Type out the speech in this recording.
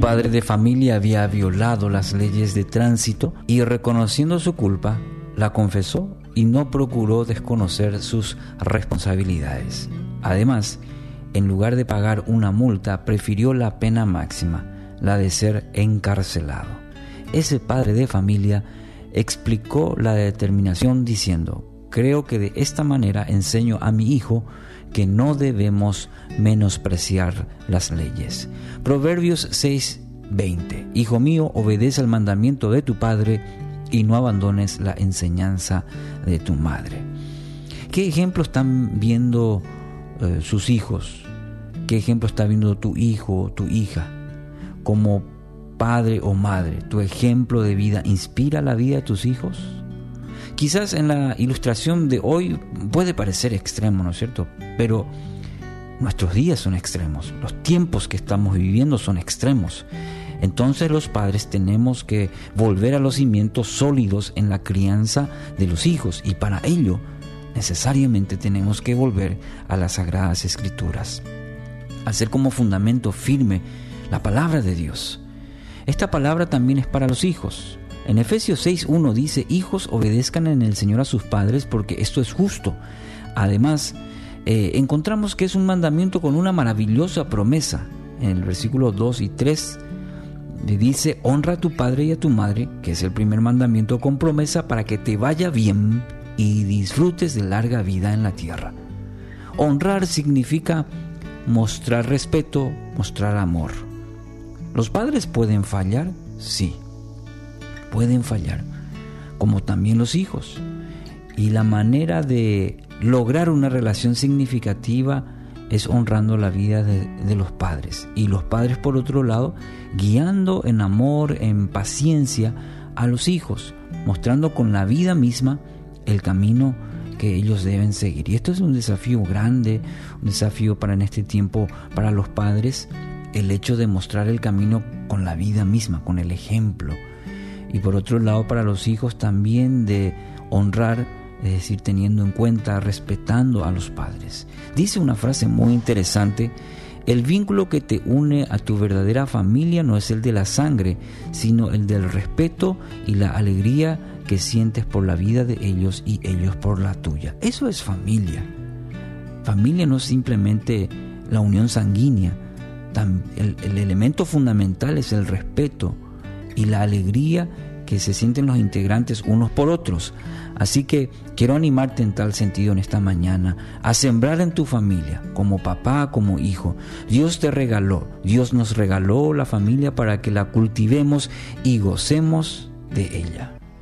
padre de familia había violado las leyes de tránsito y, reconociendo su culpa, la confesó y no procuró desconocer sus responsabilidades. Además, en lugar de pagar una multa, prefirió la pena máxima, la de ser encarcelado. Ese padre de familia explicó la determinación diciendo: creo que de esta manera enseño a mi hijo que no debemos menospreciar las leyes. Proverbios 6:20. Hijo mío, obedece al mandamiento de tu padre y no abandones la enseñanza de tu madre. ¿Qué ejemplo están viendo sus hijos? ¿Qué ejemplo está viendo tu hijo o tu hija? Como padre o madre, ¿tu ejemplo de vida inspira la vida de tus hijos? Quizás en la ilustración de hoy puede parecer extremo, ¿no es cierto? Pero nuestros días son extremos, los tiempos que estamos viviendo son extremos. Entonces los padres tenemos que volver a los cimientos sólidos en la crianza de los hijos, y para ello necesariamente tenemos que volver a las Sagradas Escrituras, hacer como fundamento firme la palabra de Dios. Esta palabra también es para los hijos. En Efesios 6:1 dice: hijos, obedezcan en el Señor a sus padres, porque esto es justo. Además, encontramos que es un mandamiento con una maravillosa promesa. En el versículo 2 y 3 dice: honra a tu padre y a tu madre, que es el primer mandamiento con promesa para que te vaya bien y disfrutes de larga vida en la tierra. Honrar significa mostrar respeto, mostrar amor. ¿Los padres pueden fallar? Sí, pueden fallar, como también los hijos. Y la manera de lograr una relación significativa es honrando la vida de los padres. Y los padres, por otro lado, guiando en amor, en paciencia a los hijos, mostrando con la vida misma el camino que ellos deben seguir. Y esto es un desafío grande, un desafío para en este tiempo para los padres, el hecho de mostrar el camino con la vida misma, con el ejemplo. Y por otro lado, para los hijos también de honrar, es decir, teniendo en cuenta, respetando a los padres. Dice una frase muy interesante: el vínculo que te une a tu verdadera familia no es el de la sangre, sino el del respeto y la alegría que sientes por la vida de ellos y ellos por la tuya. Eso es familia. Familia no es simplemente la unión sanguínea. El elemento fundamental es el respeto y la alegría que se sienten los integrantes unos por otros. Así que quiero animarte en tal sentido en esta mañana a sembrar en tu familia, como papá, como hijo. Dios nos regaló la familia para que la cultivemos y gocemos de ella.